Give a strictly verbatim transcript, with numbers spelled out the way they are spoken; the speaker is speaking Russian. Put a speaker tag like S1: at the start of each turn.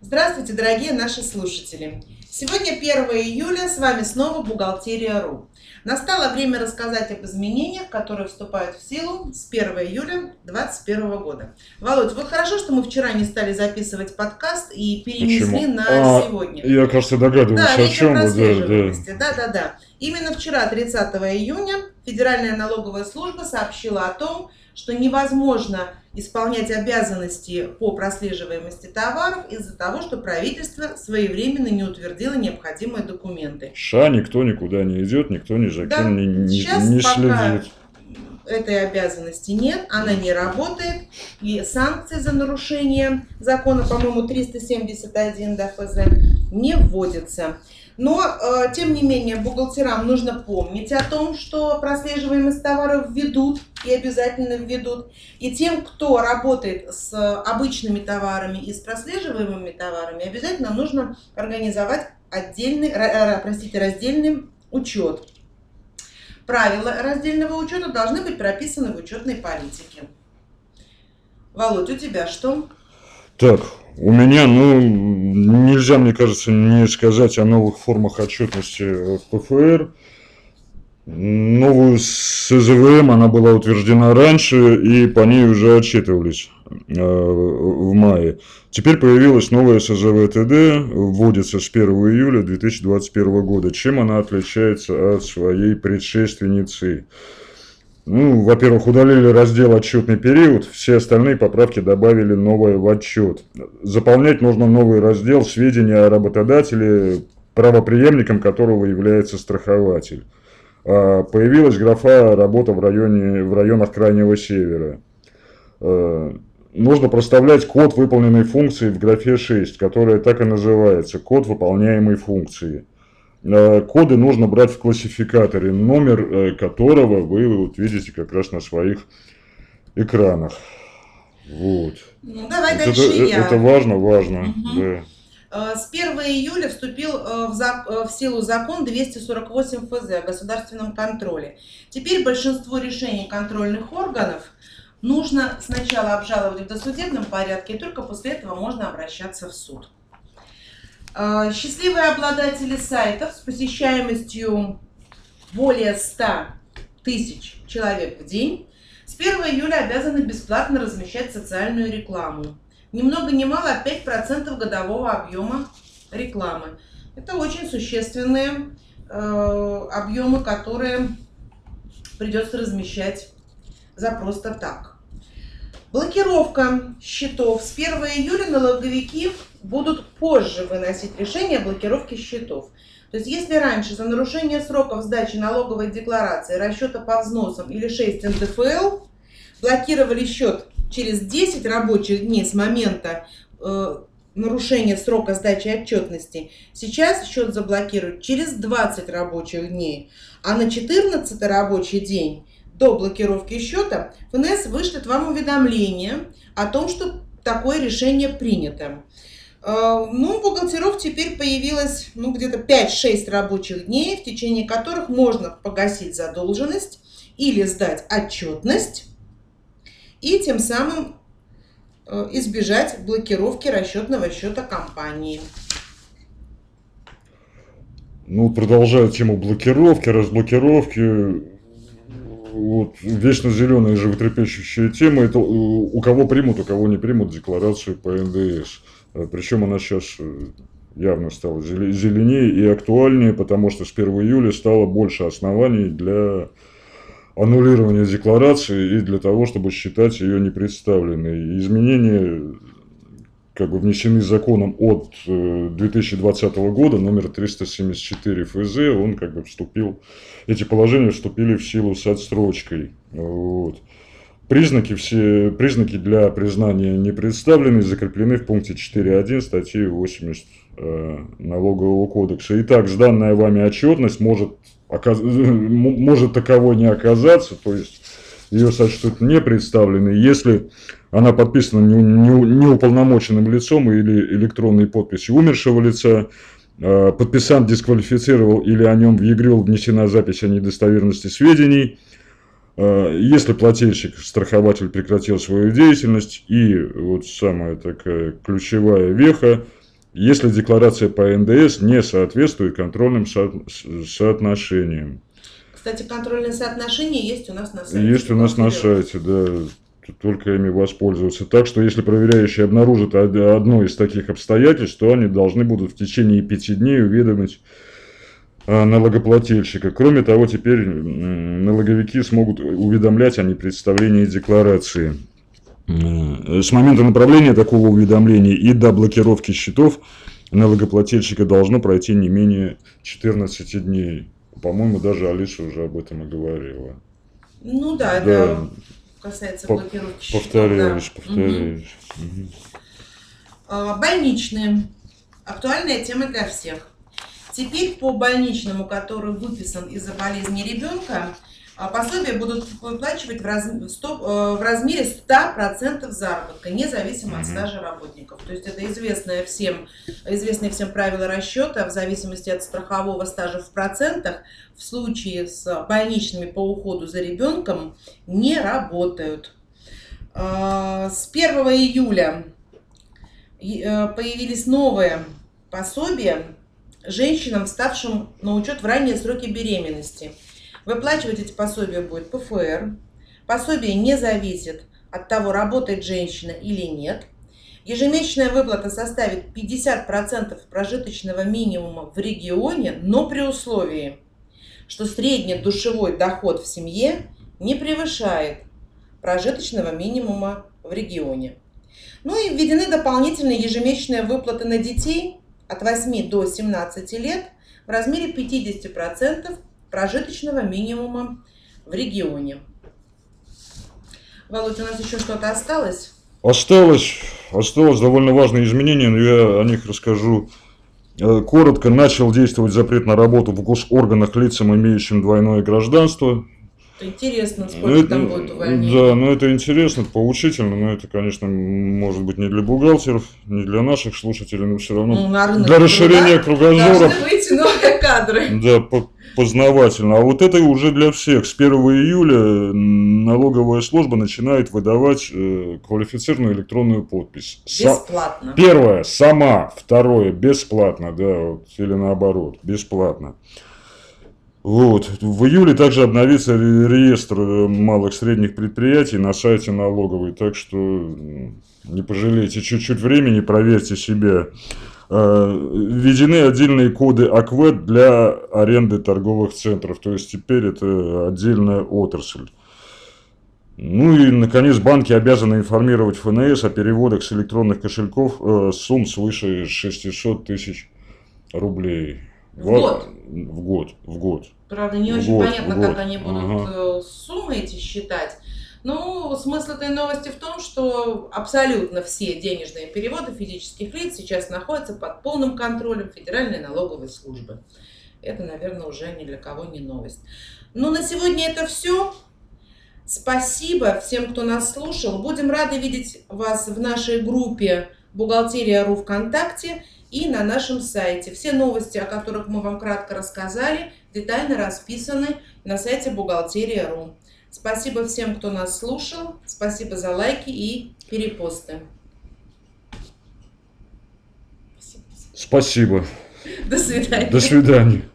S1: Здравствуйте, дорогие наши слушатели! Сегодня первое июля, с вами снова Бухгалтерия точка ру. Настало время рассказать об изменениях, которые вступают в силу с первого июля две тысячи двадцать первого года. Володь, вот хорошо, что мы вчера не стали записывать подкаст и перенесли
S2: Почему?
S1: на
S2: А,
S1: сегодня.
S2: я, кажется,
S1: Да,
S2: догадываюсь, о
S1: речь о
S2: чем вы, да, да.
S1: прослеживаемости. Да-да-да. Именно вчера, тридцатого июня, Федеральная налоговая служба сообщила о том, что невозможно исполнять обязанности по прослеживаемости товаров из-за того, что правительство своевременно не утвердило необходимые документы.
S2: Ша, никто никуда не идет, никто ни за кем
S1: Да,
S2: не, не,
S1: сейчас
S2: не
S1: пока
S2: следит.
S1: этой обязанности нет, она не работает, и санкции за нарушение закона, по-моему, триста семьдесят один д ф з не вводятся. Но, э, тем не менее, бухгалтерам нужно помнить о том, что прослеживаемость товаров введут и обязательно введут. И тем, кто работает с обычными товарами и с прослеживаемыми товарами, обязательно нужно организовать отдельный, э, простите, раздельный учет. Правила раздельного учета должны быть прописаны в учетной политике. Володь, у тебя что?
S2: Так, у меня, ну, нельзя, мне кажется, не сказать о новых формах отчетности в П Ф Р. Новую С З В М, она была утверждена раньше, и по ней уже отчитывались э, в мае. Теперь появилась новая С З В Т Д, вводится с первого июля две тысячи двадцать первого года. Чем она отличается от своей предшественницы? Ну, во-первых, удалили раздел «Отчетный период», все остальные поправки добавили новое в отчет. Заполнять нужно новый раздел «Сведения о работодателе, правопреемником которого является страхователь». Появилась графа «Работа в, районе, в районах Крайнего Севера». Нужно проставлять код выполненной функции в графе шесть, которая так и называется – код выполняемой функции. Коды нужно брать в классификаторе, номер которого вы вот видите как раз на своих экранах. Вот.
S1: Ну, давай
S2: вот
S1: дальше
S2: это,
S1: я.
S2: Это важно, важно.
S1: Угу.
S2: Да.
S1: С первого июля вступил в, зак... в силу закон двести сорок восемь Ф З о государственном контроле. Теперь большинство решений контрольных органов нужно сначала обжаловать в досудебном порядке, и только после этого можно обращаться в суд. Счастливые обладатели сайтов с посещаемостью более ста тысяч человек в день с первого июля обязаны бесплатно размещать социальную рекламу. Ни много ни мало, пять процентов годового объема рекламы. Это очень существенные э, объемы, которые придется размещать за просто так. Блокировка счетов. С первого июля налоговики будут позже выносить решение о блокировке счетов. То есть, если раньше за нарушение сроков сдачи налоговой декларации, расчета по взносам или шесть Н Д Ф Л блокировали счет через десять рабочих дней с момента э, нарушения срока сдачи отчетности, сейчас счет заблокируют через двадцать рабочих дней, а на четырнадцатый рабочий день до блокировки счета Ф Н С вышлет вам уведомление о том, что такое решение принято. Ну, у бухгалтеров теперь появилось ну, где-то пять-шесть рабочих дней, в течение которых можно погасить задолженность или сдать отчетность и тем самым избежать блокировки расчетного счета компании.
S2: Ну, продолжая тему блокировки, разблокировки, вот, вечно зеленая животрепещущая тема, это у кого примут, у кого не примут декларацию по Н Д С. Причем она сейчас явно стала зеленее и актуальнее, потому что с первого июля стало больше оснований для аннулирования декларации и для того, чтобы считать ее непредставленной. Изменения как бы внесены законом от две тысячи двадцатого года, номер триста семьдесят четыре Ф З, он как бы вступил, эти положения вступили в силу с отсрочкой. Вот. Признаки, все, признаки для признания непредставленной закреплены в пункте четыре точка один статьи восемьдесят э, Налогового кодекса. Итак, сданная вами отчетность может, оказ... может таковой не оказаться, то есть ее сочтут непредставленной, если она подписана неуполномоченным лицом или электронной подписью умершего лица, э, подписант дисквалифицировал или о нем в Е Гр Ю Л внесена запись о недостоверности сведений, если плательщик, страхователь прекратил свою деятельность, и вот самая такая ключевая веха, если декларация по эн дэ эс не соответствует контрольным со- соотношениям.
S1: Кстати, контрольные соотношения есть у нас на сайте.
S2: Есть у нас на сайте, да. Только ими воспользоваться. Так что, если проверяющие обнаружат одно из таких обстоятельств, то они должны будут в течение пяти дней уведомить налогоплательщика. Кроме того, теперь налоговики смогут уведомлять о непредставлении декларации. С момента направления такого уведомления и до блокировки счетов налогоплательщика должно пройти не менее четырнадцати дней. По-моему, даже Алиса уже об этом и говорила.
S1: Ну да,
S2: да.
S1: это касается
S2: По-
S1: блокировки счетов.
S2: Повторяюсь,
S1: Да.
S2: повторяюсь.
S1: Угу. А, больничные. Актуальная тема для всех. Теперь по больничному, который выписан из-за болезни ребенка, пособия будут выплачивать в, раз... в размере ста процентов заработка, независимо от стажа работников. То есть это известное всем, известные всем правила расчета, в зависимости от страхового стажа в процентах, в случае с больничными по уходу за ребенком не работают. С первого июля появились новые пособия женщинам, вставшим на учет в ранние сроки беременности. Выплачивать эти пособия будет пэ эф эр. Пособие не зависит от того, работает женщина или нет. Ежемесячная выплата составит пятьдесят процентов прожиточного минимума в регионе, но при условии, что средний душевой доход в семье не превышает прожиточного минимума в регионе. Ну и введены дополнительные ежемесячные выплаты на детей от восьми до семнадцати лет в размере пятидесяти процентов прожиточного минимума в регионе. Володь, у нас еще что-то осталось?
S2: Осталось, осталось довольно важные изменения, но я о них расскажу коротко. Начал действовать запрет на работу в госорганах лицам, имеющим двойное гражданство.
S1: Интересно, сколько это, там будет увольнений.
S2: Да, ну это интересно, это поучительно, но это, конечно, может быть не для бухгалтеров, не для наших слушателей, но все равно ну, для расширения кругозора.
S1: Должны выйти новые кадры.
S2: Да, познавательно. А вот это уже для всех. С первого июля налоговая служба начинает выдавать э, квалифицированную электронную подпись.
S1: Бесплатно.
S2: Со... Первое, сама. Второе, бесплатно, да, вот, или наоборот, бесплатно. Вот. В июле также обновится реестр малых и средних предприятий на сайте налоговой, так что не пожалейте чуть-чуть времени, проверьте себя. Введены отдельные коды АКВЭД для аренды торговых центров, то есть теперь это отдельная отрасль. Ну и, наконец, банки обязаны информировать эф эн эс о переводах с электронных кошельков сумм свыше шестисот тысяч рублей.
S1: В год?
S2: В год, в год.
S1: Правда, не
S2: в
S1: очень
S2: год,
S1: понятно,
S2: год.
S1: как они будут
S2: ага.
S1: суммы эти считать. Ну, смысл этой новости в том, что абсолютно все денежные переводы физических лиц сейчас находятся под полным контролем Федеральной налоговой службы. Это, наверное, уже ни для кого не новость. Ну, на сегодня это все. Спасибо всем, кто нас слушал. Будем рады видеть вас в нашей группе «Бухгалтерия.ру» ВКонтакте и на нашем сайте. Все новости, о которых мы вам кратко рассказали, детально расписаны на сайте «Бухгалтерия.ру». Спасибо всем, кто нас слушал. Спасибо за лайки и перепосты.
S2: Спасибо.
S1: До свидания.
S2: До свидания.